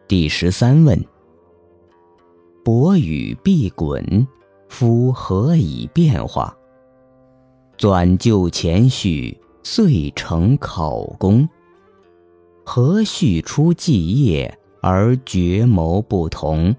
第13问：薄雨必滚，夫何以变化？纂就前序，遂成考功。何须出继业，而决谋不同？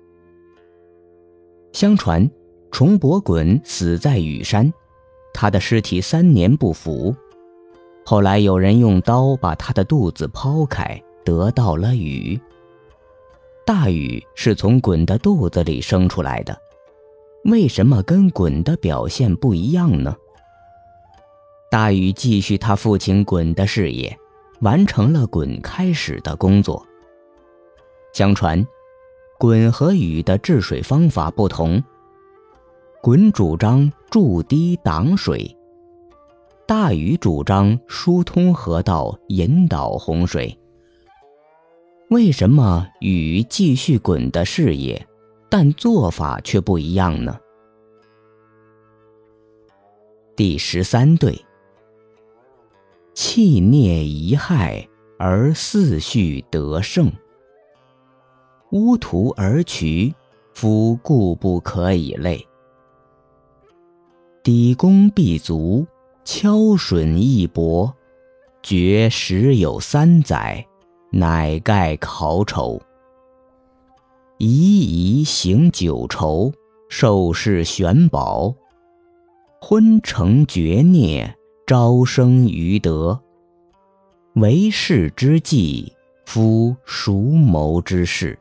相传重伯衮死在羽山，他的尸体3年不腐。后来有人用刀把他的肚子剖开，得到了禹。大禹是从鲧的肚子里生出来的，为什么跟鲧的表现不一样呢？大禹继续他父亲鲧的事业，完成了鲧开始的工作。相传鲧和禹的治水方法不同，鲧主张筑堤挡水，大禹主张疏通河道，引导洪水。为什么禹继续鲧的事业，但做法却不一样呢？第13对：气孽遗害，而四序得胜。乌涂而渠，夫固不可以类。底功必足，敲损一帛，绝时有3载，乃盖考丑。夷行9畴，受事玄宝。昏成绝孽，招生于德。为世之计，夫孰谋之事？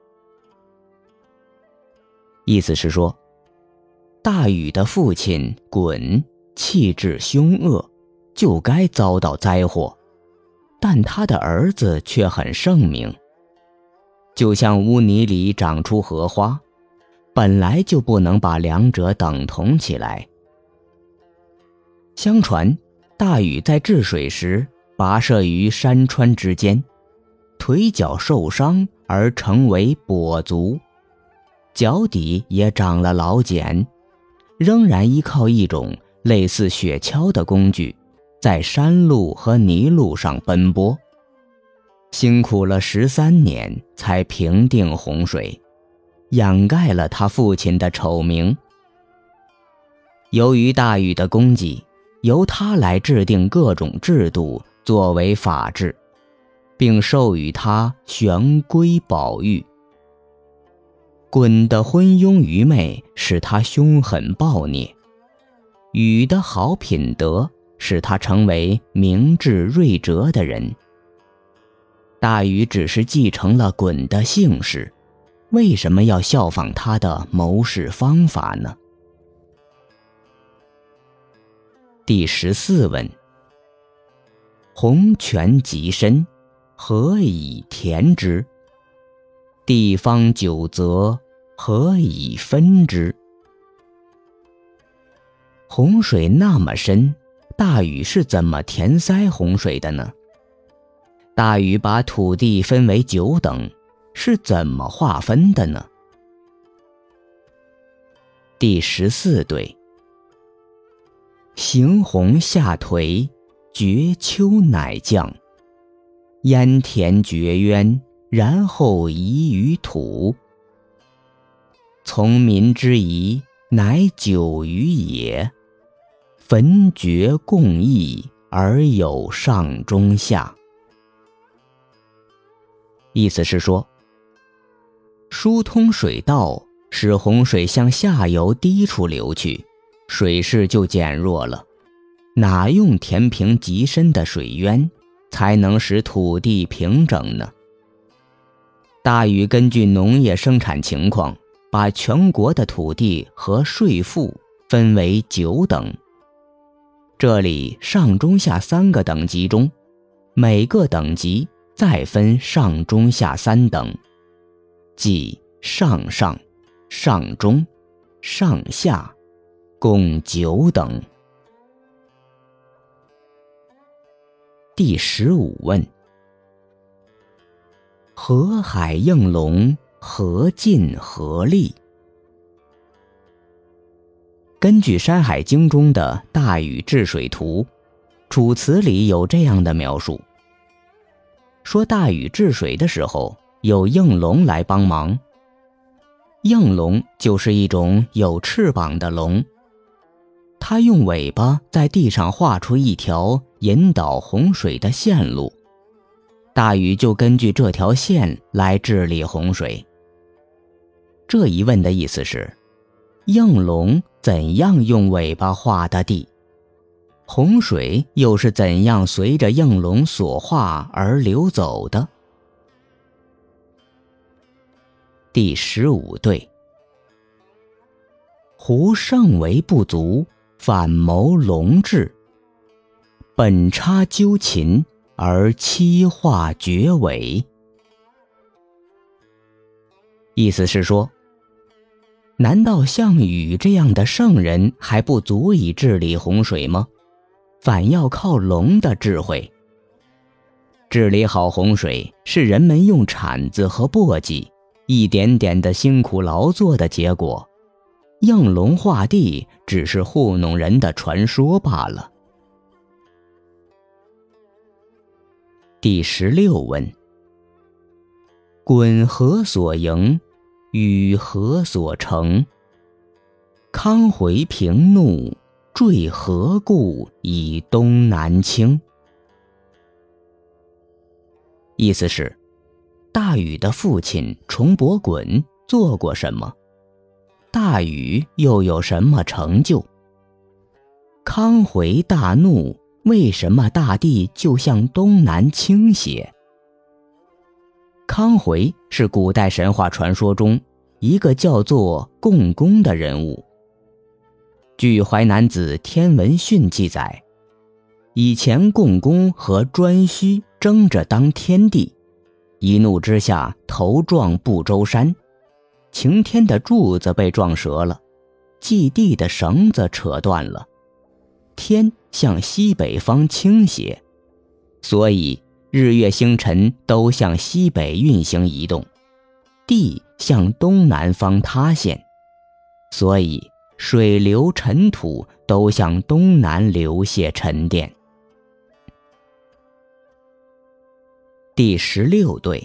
意思是说，大禹的父亲鲧气质凶恶，就该遭到灾祸，但他的儿子却很圣明。就像污泥里长出荷花，本来就不能把两者等同起来。相传大禹在治水时跋涉于山川之间，腿脚受伤而成为跛足，脚底也长了老茧，仍然依靠一种类似雪橇的工具，在山路和泥路上奔波，辛苦了13年才平定洪水，掩盖了他父亲的丑名。由于大禹的功绩，由他来制定各种制度作为法制，并授予他玄龟宝玉。鲧的昏庸愚昧使他凶狠暴虐，禹的好品德使他成为明智睿哲的人。大禹只是继承了鲧的姓氏，为什么要效仿他的谋事方法呢？第14问：洪泉极深，何以填之？地方9泽，何以分之？洪水那么深，大禹是怎么填塞洪水的呢？大禹把土地分为9等，是怎么划分的呢？第14对：行洪下颓，决丘乃降。淹田决渊，然后移于土。从民之宜，乃久于野。焚决共议，而有上中下。意思是说，疏通水道，使洪水向下游低处流去，水势就减弱了。哪用填平极深的水渊，才能使土地平整呢？大禹根据农业生产情况，把全国的土地和税赋分为9等。这里上中下3个等级中，每个等级再分上中下3等，即上上、上中、上下，共9等。第15问：河海应龙，何进何利？根据《山海经》中的大禹治水图，楚辞里有这样的描述，说大禹治水的时候， 有应龙来帮忙。应龙就是一种有翅膀的龙，它用尾巴在地上画出一条引导洪水的线路，大禹就根据这条线来治理洪水。这一问的意思是，应龙怎样用尾巴画的地？洪水又是怎样随着应龙所画而流走的？第15对，胡胜为不足，反谋龙志，本插纠秦，而七化绝尾。意思是说，难道项羽这样的圣人还不足以治理洪水吗？反要靠龙的智慧。治理好洪水是人们用铲子和簸箕一点点的辛苦劳作的结果，应龙画地只是糊弄人的传说罢了。第16问，鲧何所营？禹何所成？康回平怒，坠何故以东南倾？意思是，大禹的父亲重伯鲧做过什么？大禹又有什么成就？康回大怒，为什么大地就向东南倾斜？康回是古代神话传说中一个叫做共工的人物。据《淮南子·天文训》记载，以前共工和颛顼争着当天帝，一怒之下头撞不周山，擎天的柱子被撞折了，祭地的绳子扯断了，天向西北方倾斜，所以日月星辰都向西北运行移动，地向东南方塌陷，所以水流尘土都向东南流泻沉淀。第16对，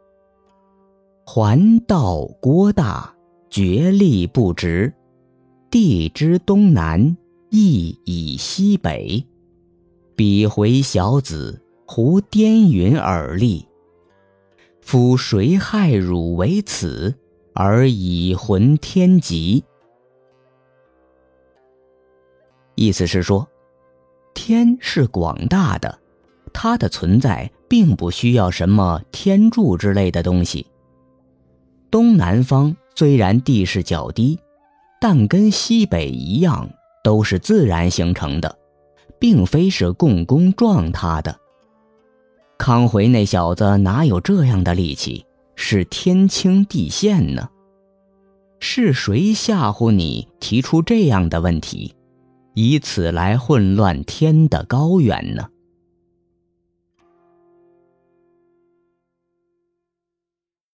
环道郭大，决力不直，地之东南，亦以西北，彼回小子，胡颠云而立，夫谁害汝为此，而以浑天极？意思是说，天是广大的，它的存在并不需要什么天柱之类的东西。东南方虽然地势较低，但跟西北一样，都是自然形成的，并非是共工撞它的。康回那小子哪有这样的力气，是天倾地陷呢？是谁吓唬你提出这样的问题，以此来混乱天的高远呢？